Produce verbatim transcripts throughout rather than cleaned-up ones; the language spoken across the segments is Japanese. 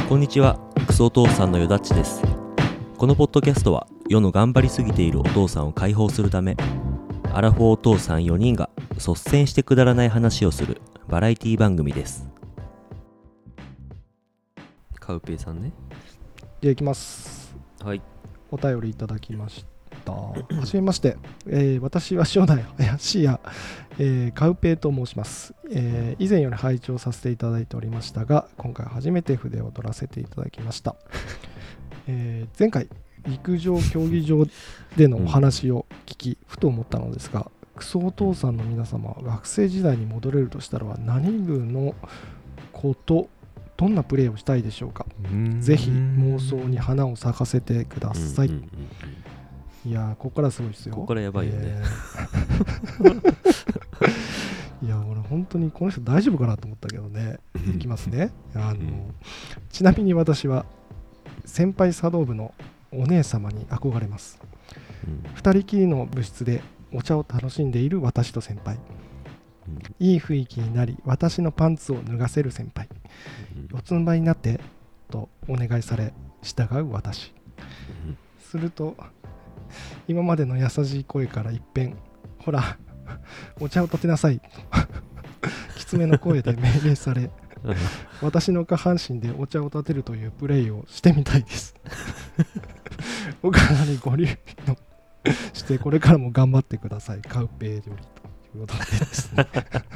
こんにちは、クソお父さんのよだっちです。このポッドキャストは世の頑張りすぎているお父さんを解放するため、アラフォーお父さんよにんが率先してくだらない話をするバラエティ番組です。カウペイさんね。 じゃあいきます。 はい。 お便りいただきました。はじめまして、えー、私は初代シア、えー、カウペイと申します、えー。以前より拝聴させていただいておりましたが、今回初めて筆を取らせていただきました。えー、前回陸上競技場でのお話を聞き、うん、ふと思ったのですが、クソお父さんの皆様は学生時代に戻れるとしたら何部のこと、どんなプレーをしたいでしょうか。ぜひ妄想に花を咲かせてください。うんうんうんうん、いやー、ここからすごいですよ。 ここからやばいよね。えー、いや俺本当にこの人大丈夫かなと思ったけどね。いきますね。あのちなみに私は先輩茶道部のお姉様に憧れます。うん、二人きりの部室でお茶を楽しんでいる私と先輩、うん、いい雰囲気になり私のパンツを脱がせる先輩、うん、四つん這いになってとお願いされ従う私、うん、すると今までの優しい声から一変、ほらお茶を立てなさいときつめの声で命令され私の下半身でお茶を立てるというプレイをしてみたいですお体にご留意のしてこれからも頑張ってください。カウペイよりということですね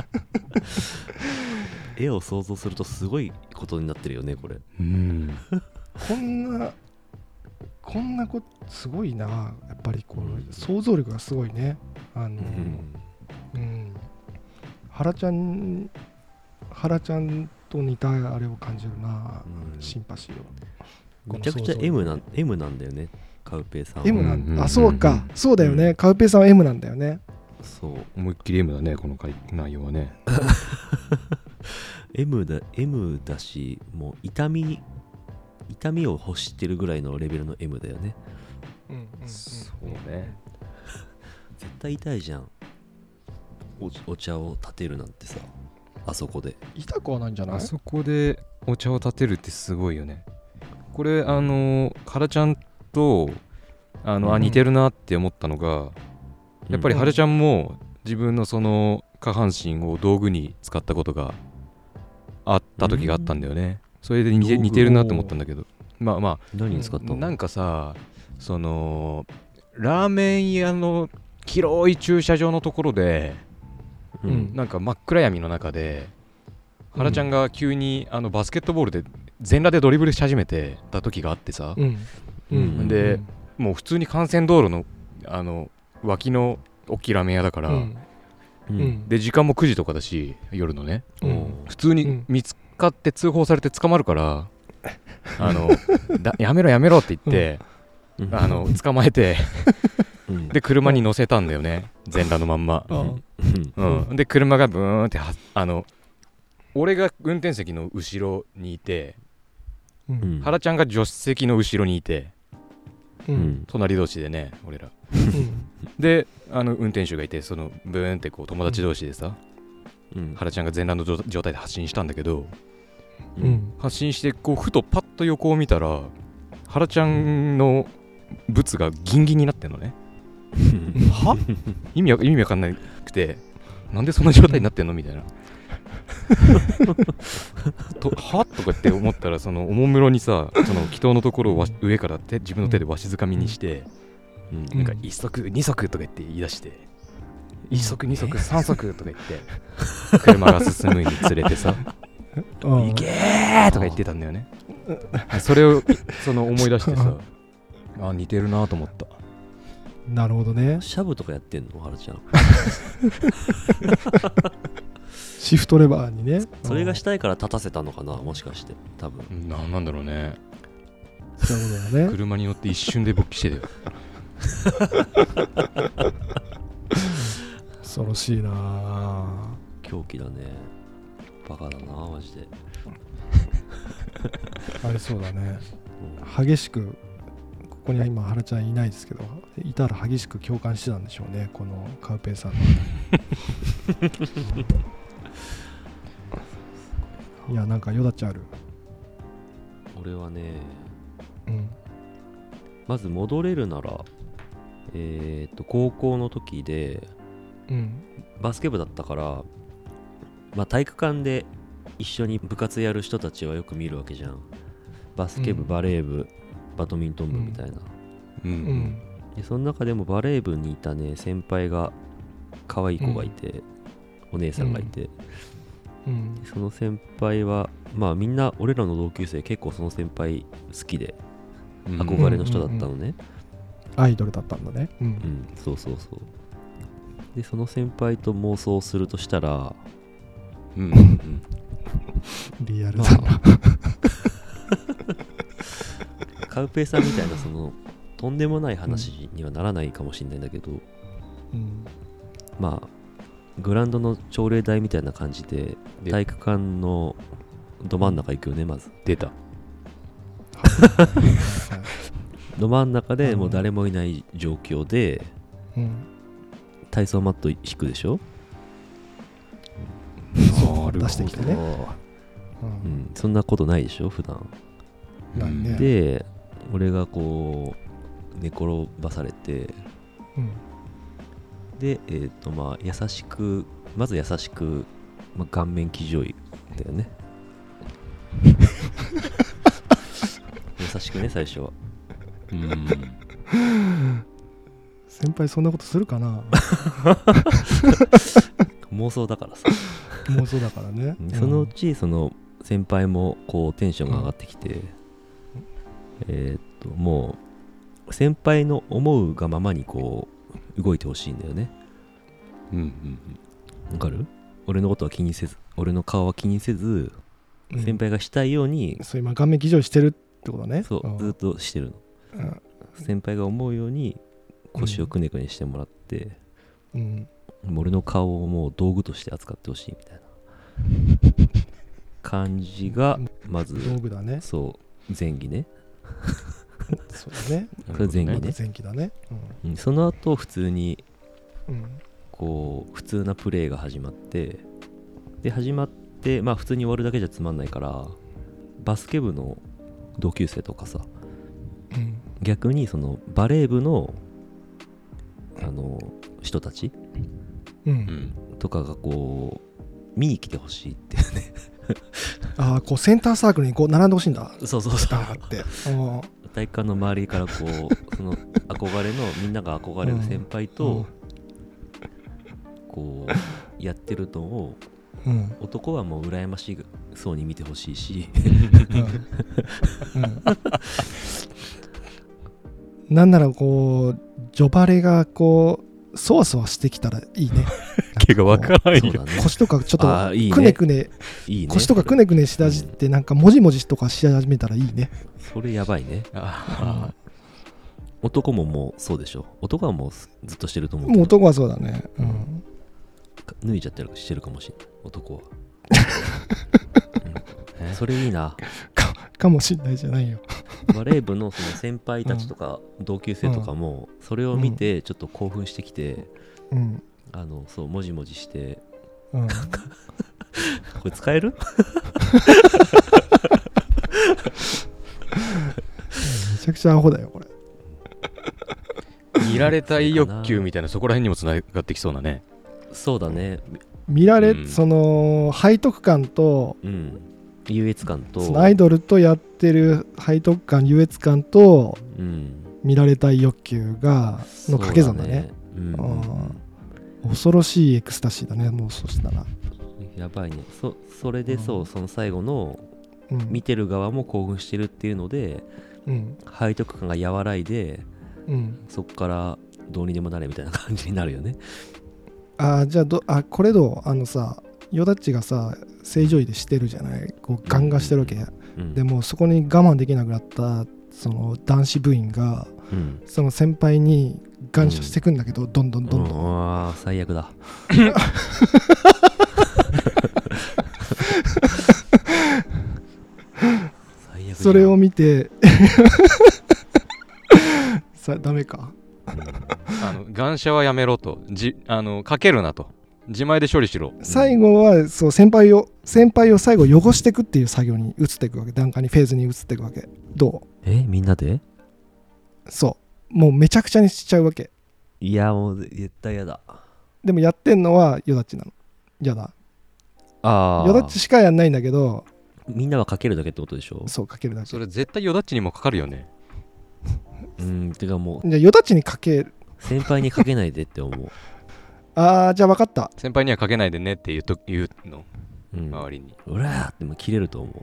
絵を想像するとすごいことになってるよねこれ。 うんこんなこんなことすごいな。やっぱりこう、うん、想像力がすごいね。あの、うんうん、原ちゃん原ちゃんと似たあれを感じるな、うん、シンパシーを。 めちゃくちゃ M な、M なんだよねカウペイさんは。 M なん、うんうん、あそうか、うん、そうだよね、うん、カウペイさんは M なんだよね。 そう思いっきり M だねこの内容はね M だ M だし、もう痛み痛みを欲してるぐらいのレベルの M だよね。 うんうんうん、そうね絶対痛いじゃん お, お茶を立てるなんてさ。あそこで痛くはないんじゃない？ あそこでお茶を立てるってすごいよね。これあの原ちゃんとあの、うん、あ似てるなって思ったのが、やっぱり原ちゃんも自分のその下半身を道具に使ったことがあった時があったんだよね、うん、それで似て、似てるなって思ったんだけど、まあまあ何に使ったの？ なんかさ、そのラーメン屋の広い駐車場のところで、うん、なんか真っ暗闇の中で原ちゃんが急にあのバスケットボールで全裸でドリブルし始めてた時があってさ、うんうん、で、うん、もう普通に幹線道路のあの脇の大きいラーメン屋だから、うんうん、で時間もくじとかだし夜のね、うん、普通に見つかって通報されて捕まるから、あのだやめろやめろって言って、うん、あの捕まえてで車に乗せたんだよね、全裸のまんま、うんうん、で車がブーンってはあの俺が運転席の後ろにいて、うん、原ちゃんが助手席の後ろにいて、うん、隣同士でね俺ら、うん、であの運転手がいて、そのブーンってこう友達同士でさ、うん、原ちゃんが全裸の状態で発進したんだけど、うん、発進してこうふとパッと横を見たら原ちゃんのブツがギンギンになってんのねは意味わ意味わかんなくて、なんでそんな状態になってんのみたいなとはとかって思ったら、そのおもむろにさ、その祈祷のところを上から手自分の手でわしづかみにして、うん、なんか一足二足とか言って言い出して、一足二足三足とか言って車が進むにつれてさ行けーとか言ってたんだよね。それをその思い出してさ、あ似てるなと思った。 なるほどね。 シャブとかやってんの原ちゃんシフトレバーにね。 それがしたいから立たせたのかな、もしかして。多分な、なんだろうね。 そういうことだね。 車に乗って一瞬で勃起してたよ恐ろしいな。 狂気だね。バカだなマジであれそうだね、うん、激しくここには今原ちゃんいないですけど、いたら激しく共感してたんでしょうね、このカウペイさんのいやなんかよだっちある。 俺はね、 うん、 まず戻れるならえー、と高校の時で、 うん、 バスケ部だったから、まあ、体育館で一緒に部活やる人たちはよく見るわけじゃん。バスケ部、 うん、 バレー部、バドミントン部みたいな、 うんうん、 でその中でもバレー部にいたね先輩が可愛い子がいて、うん、お姉さんがいて、 うん、 その先輩はまあみんな俺らの同級生結構その先輩好きで憧れの人だったのね、うんうんうん、 アイドルだったんだね、うん、 うん、そうそうそう。でその先輩と妄想するとしたら、うんうん、 リアルだな、まあ、 カウペイさんみたいなそのとんでもない話にはならないかもしれないんだけど、うん、まあグラウンドの朝礼台みたいな感じで体育館のど真ん中行くよね。まず出たど真ん中でもう誰もいない状況で、うん、体操マット引くでしょ。 そう出してきてね、うんうん、そんなことないでしょ普段、ね、で俺がこう寝転ばされて、うん、でえっ、ー、とまあ優しくまず優しく、まあ、顔面騎乗位だよね優しくね最初は。うん先輩そんなことするかな妄想だからさ妄想だからねそのうちその先輩もこうテンションが上がってきて、うん、えー、っともう先輩の思うがままにこう動いてほしいんだよね。うんうんうん。わかる？俺のことは気にせず俺の顔は気にせず、うん、先輩がしたいようにそう今顔面騎乗してるってことね。 そう、うん、ずっとしてるの、うん、先輩が思うように腰をくねくねしてもらって、うん、俺の顔をもう道具として扱ってほしいみたいな感じがまず道具だね。 そう前儀ねそうだね。 それ前儀ね。 前儀だね、 うん、その後普通に、うん、こう普通なプレーが始まってで始まってまあ普通に終わるだけじゃつまんないからバスケ部の同級生とかさ、うん、逆にそのバレー部のあの人たち、うん、とかがこう見に来てほしいっていうねああこうセンターサークルにこう並んでほしいんだ。 そうそうそうって体育館の周りからこうその憧れのみんなが憧れる先輩と、うん、こうやってるのを、うん、男はもう羨ましそうに見てほしいし、 うんうん、なんならこうジョバレがこうそわそわしてきたらいいね毛がわからないよ、 ね、腰とかちょっとくねくね、いいね、腰とかくねくねしだじってなんかもじもじとかし始めたらいいね。 それやばいね。ああ男ももうそうでしょ。男はもうずっとしてると思う。 もう男はそうだね、うん、 脱いじゃったりしてるかもしれない男は、うん、それいいなか, かもしんないじゃないよバレー部のその先輩たちとか同級生とかもそれを見てちょっと興奮してきて、うん、あのそうもじもじして、うん、これ使えるめちゃくちゃアホだよこれ見られたい欲求みたいなそこら辺にもつながってきそうだね。 そうだね。 見られ、うん、その背徳感と、 うん、優越感とそのアイドルとやってる背徳感優越感と、うん、見られたい欲求がの掛け算だね。うん、恐ろしいエクスタシーだね。もうそしたらやばいね。 そ, それでそう、うん、その最後の、うん、見てる側も興奮してるっていうので、うん、背徳感が和らいで、うん、そっからどうにでもなれみたいな感じになるよね。 あじゃあどあこれどうあのさヨダッチがさ正常位でしてるじゃない。こうガンガンしてるわけ、うん、でもそこに我慢できなくなったその男子部員が、うん、その先輩に感謝してくんだけど、うん、どんどんどんどん、 うん、あ最悪だ最悪。 それを見てさダメかあの感謝はやめろとじあのかけるなと自前で処理しろ。 最後はそう先輩を先輩を最後汚していくっていう作業に移っていくわけ、段階にフェーズに移っていくわけ。どう？ えみんなで？ そうもうめちゃくちゃにしちゃうわけ。 いやもう絶対やだ。 でもやってんのはヨダッチなの。やだ。 ああヨダッチしかやんないんだけど、 みんなはかけるだけってことでしょ？ そうかけるだけ。 それ絶対ヨダッチにもかかるよね。 うんてかもうじゃあヨダッチにかける。 先輩にかけないでって思う。 ああじゃあ分かった。 先輩にはかけないでねって言うと言うの、 うん、 周りに。 うらーってもう切れると思う。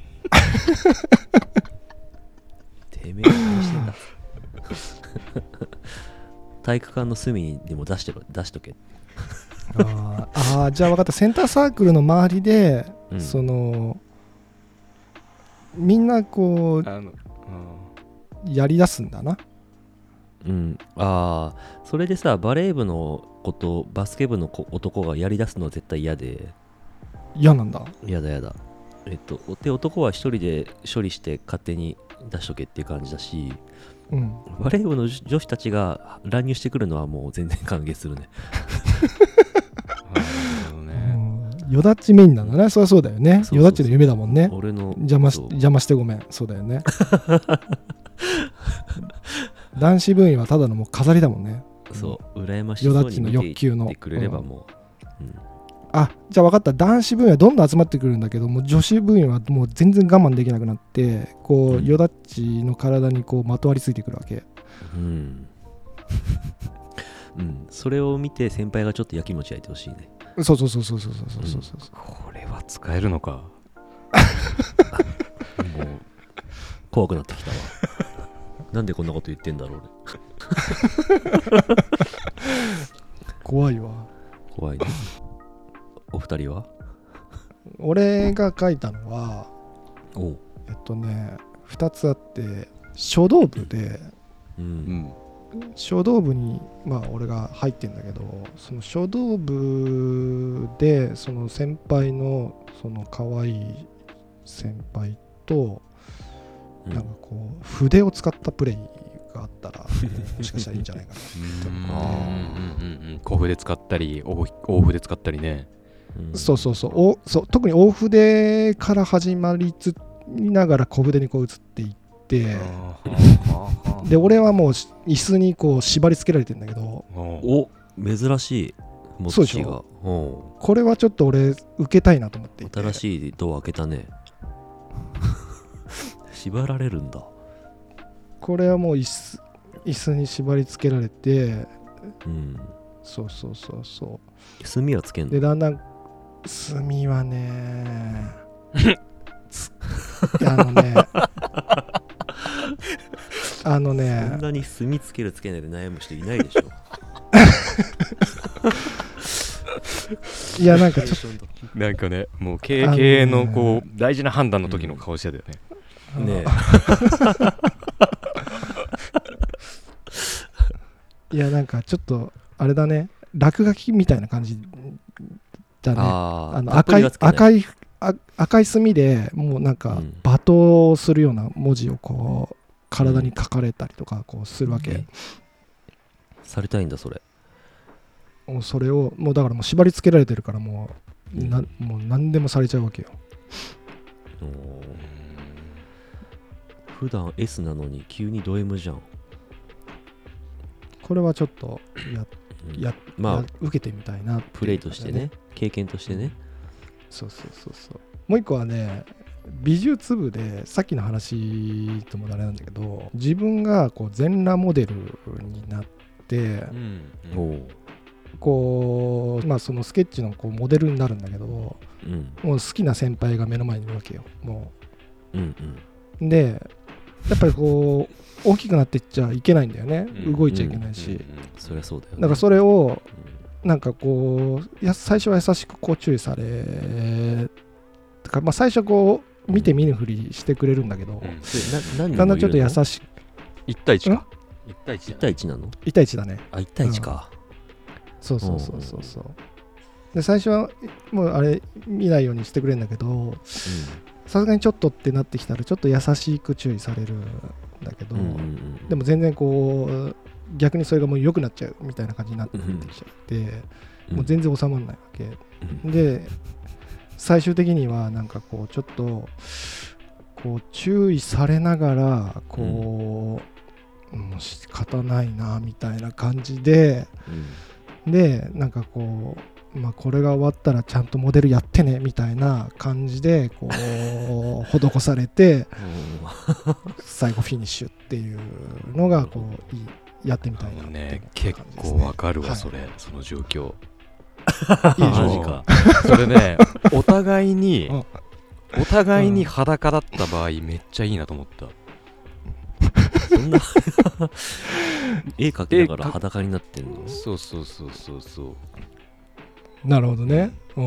てめえ何してんだ。体育館の隅にでも出してろ出しとけ。 ああじゃあ分かった。センターサークルの周りで、うん、そのみんなこうあの、うん、やりだすんだな。 うん、ああそれでさバレー部の子とバスケ部の子男がやりだすのは絶対嫌で。 嫌なんだ。 嫌だ嫌だ。えっとで男は一人で処理して勝手に出しとけっていう感じだし、うん、バレー部の女子たちが乱入してくるのはもう全然歓迎するね。 ヨダッチメインなんだね。そりゃそうだよね。ヨダッチの夢だもんね。 俺の邪魔し邪魔してごめん。そうだよね。男子部員はただのもう飾りだもんね。 そう羨ましそうに見ていってくれればもう、うん、 あじゃあ分かった。男子部員はどんどん集まってくるんだけども女子部員はもう全然我慢できなくなってこう、うん、ヨダッチの体にこうまとわりついてくるわけ。 うんうん、それを見て先輩がちょっとやきもち焼いてほしいね。 そうそうそうそうそうそうそうそうそう、 うん、これは使えるのか。もう怖くなってきたわ。なんでこんなこと言ってんだろう俺。 怖いわ。 怖いね。お二人は？ 俺が書いたのはおえっとねふたつあって書道部で、うんうん書道部にまあ俺が入ってんだけどその書道部でその先輩のその可愛い先輩となんかこう筆を使ったプレイがあったらもしかしたらいいんじゃないかなって思って小筆使ったり大筆使ったりね、 うん、そうそうそうおそう特に大筆から始まりつながら小筆にこう移っていってで俺はもう椅子にこう縛り付けられてるんだけどお珍しいモッチーがこれはちょっと俺受けたいなと思っていて新しいドア開けたね。縛られるんだ。 これはもう椅子椅子に縛り付けられて、うん、そうそうそうそう炭はつけんのでだんだん炭はねあのねあのねそんなに炭つけるつけないで悩む人いないでしょ。 いやなんかちょっとなんかねもう経営のこう大事な判断の時の顔してたよね。 うん、ねえいやなんかちょっとあれだね落書きみたいな感じだね。ああの赤い赤い赤い墨でもうなんか罵倒するような文字をこう体に書かれたりとかこうするわけ、うん、 されたいんだそれ。 もうそれをもうだからもう縛り付けられてるからもう、うん、なもう何でもされちゃうわけよ。 普段 S なのに急にド M じゃん。 これはちょっとや、 うん、 やまあ受けてみたいな、ね、 プレイとしてね経験としてね、うん、 そうそうそうそう。もう一個はね美術部でさっきの話ともあれなんだけど自分がこう全裸モデルになって、うんうん、こうまあそのスケッチのこうモデルになるんだけど、うん、もう好きな先輩が目の前にいるわけよもう、うんうん、でやっぱりこう大きくなっていっちゃいけないんだよね、うん、動いちゃいけないし、うんうんうん、 そりゃそうだよね。 だからそれをなんかこうや最初は優しくこう注意されとか、まあ、最初こう見て見ぬふりしてくれるんだけど、うん、だんだんちょっと優しくいち対いちかいち対いちいち対いちなのいち対いちだね。 あいち対いちか、うん、 そうそうそうそうそう。で最初はもうあれ見ないようにしてくれるんだけどさすがにちょっとってなってきたらちょっと優しく注意されるんだけど、うんうんうん、でも全然こう逆にそれがもう良くなっちゃうみたいな感じになってきちゃって、うんうん、 もう全然収まらないわけ、うん、で最終的にはなんかこうちょっとこう注意されながらこう、うん、もう仕方ないなみたいな感じで、うん、でなんかこう、まあ、これが終わったらちゃんとモデルやってねみたいな感じでこう施されて最後フィニッシュっていうのがこういいやってみたいなって、 ね、結構わかるわ、はい、それその状況いいマジかそれねお互いにお互いに裸だった場合めっちゃいいなと思った、 そんな絵描きながら裸になってんの？ そうそうそうそうそうなるほどね、うん、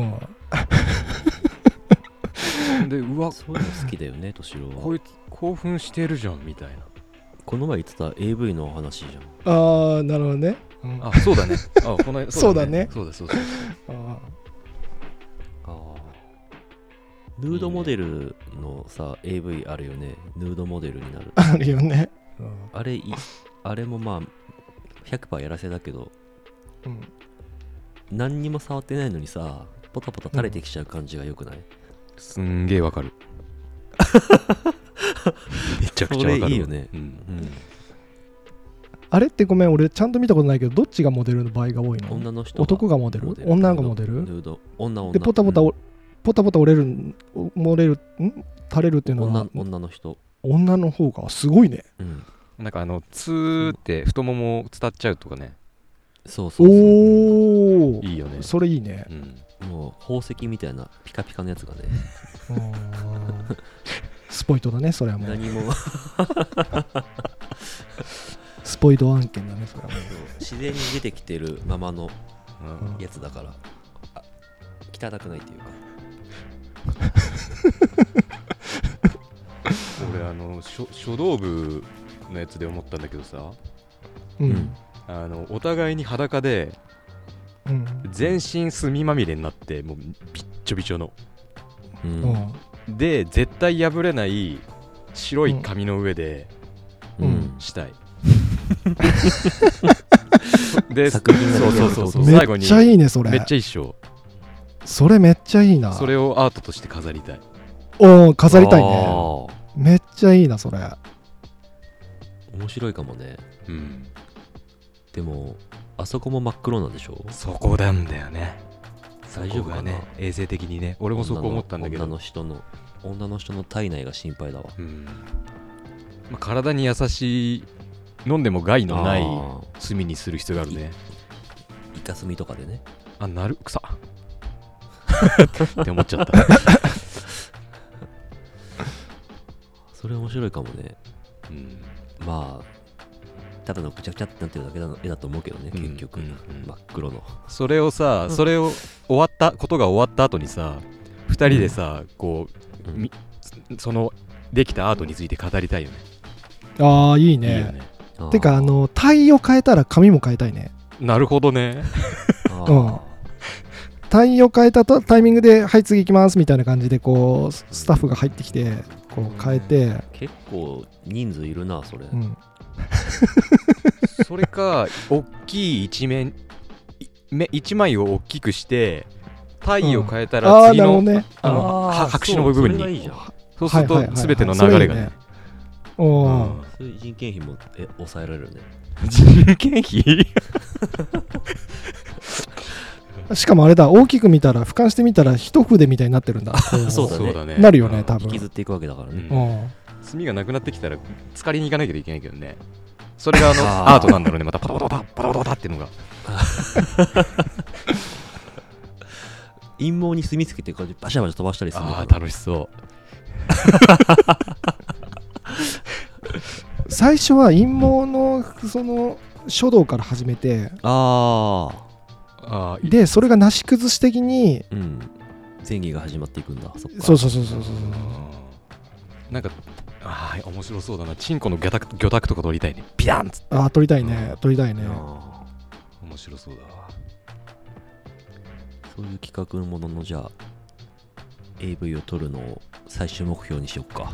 でうわそういうの好きだよね敏郎は。 こいつ興奮してるじゃんみたいな。 この前言ってた エーブイ の話じゃん。 ああなるほどね、 うん、あそうだねあこのそうだねそうだそうだああヌードモデルのさ エーブイ あるよね。ヌードモデルになるあるよね、 うん、あれいあれもまあ ひゃくパーセント やらせだけど、うん、何にも触ってないのにさポタポタ垂れてきちゃう感じが良くない？うん、 すんげえわかるめちゃくちゃわかる。 それいいよね、うんうん、 あれってごめん俺ちゃんと見たことないけどどっちがモデルの場合が多いの？ 女の人男がモデル、女がモデル、 ヌード女女でポタポタ、うん、ポタポタ折れる漏れるん垂れるっていうのは女, 女の人女の方がすごいね、 うん、なんかあのツーって太もも伝っちゃうとかね。 そうそうそうおーいいよねそれいいね、 うん、もう宝石みたいなピカピカのやつがねスポイトだねそれはもう何もスポイト案件だねそれはもう自然に出てきてるままのやつだから、うん、あ汚くないっていうか俺あの書書道部のやつで思ったんだけどさ、 うん、 あのお互いに裸で、うん、全身墨まみれになってもうびっちょびちょの、うん、で絶対破れない白い紙の上で、うん、したいで作品そうそうそうそう最後にめっちゃいいねそれ。 めっちゃいいっしょ。 それめっちゃいいな。 それをアートとして飾りたい。 おー飾りたいね。めっちゃいいなそれ。 面白いかもね。 うん。 でもあそこも真っ黒なんでしょ？ そこなんだよね。 大丈夫かな、 ね、衛生的にね。俺もそこ思ったんだけど。 女の人の女の人の体内が心配だわ。 うん。まあ、体に優しい飲んでも害のない炭にする必要があるね。 イカ炭とかでね。 あなる草って思っちゃった。 それ面白いかもね。 うん。 まあただのくちゃくちゃってなってるだけの絵だと思うけどね、結局、うんうんうん、真っ黒の。 それをさ、うん、それを終わったことが終わった後にさ、ふたりでさ、こう、うん、そのできたアートについて語りたいよね。 ああいいね。いいよね。てかあの体を変えたら紙も変えたいね。 なるほどね。 うん。体を変えたとタイミングではい次行きますみたいな感じでこうスタッフが入ってきてこう変えて。 結構人数いるなそれ。うん。 それか大きい一面一枚を大きくして体を変えたら次の、うん、 ね、 あの白紙の部分にそう、 そ, いいそうすると全ての流れがね。 そういう人件費もえ抑えられるね。 人件費しかもあれだ大きく見たら俯瞰してみたら一筆みたいになってるんだ。 そうだ ね, だねなるよね多分。 引きずっていくわけだからね。 うん墨がなくなってきたら浸かりに行かなきゃいけないけどね。それがあのアートなんだろうね。またパタパタパタパタパタっていうのが陰謀に墨つけてバシャバシャ飛ばしたりするの。 ああ楽しそう最初は陰謀のその書道から始めてああでそれがなし崩し的に、 うん、前儀が始まっていくんだ。そっかそうそうそうそうそうなんかああ面白そうだな。チンコの魚拓魚拓とか撮りたいね。ピダンっつって。 ああ撮りたいね撮りたいね。 面白そうだわ。 そういう企画もののじゃあ エーブイ を撮るのを最終目標にしよっか。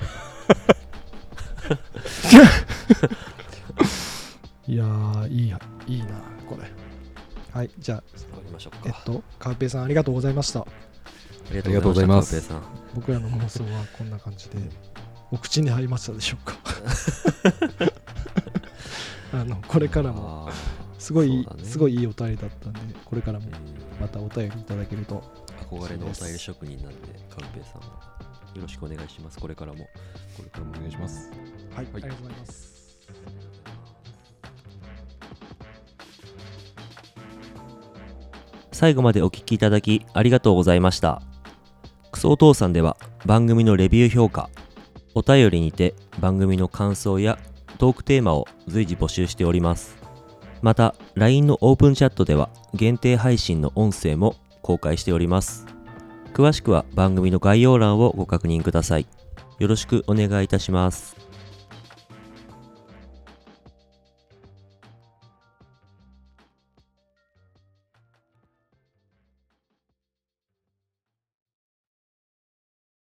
いやーいいいいなこれ。はいじゃあましょうか。 えっとカウペイさんありがとうございました。 ありがとうございます。 ありがとうございます。 カウペイさん、 僕らの妄想はこんな感じでお口に入りましたでしょうか。あのこれからもすごい、ね、すごいいいお便りだったんで、これからもまたお便りいただけると憧れのお便り職人なんで、カウペイさんはよろしくお願いします。これからもこれからもお願いします。 はい、はい、ありがとうございます。 最後までお聞きいただきありがとうございました。クソお父さんでは番組のレビュー評価、お便りにて番組の感想やトークテーマを随時募集しております。また ライン のオープンチャットでは限定配信の音声も公開しております。詳しくは番組の概要欄をご確認ください。よろしくお願いいたします。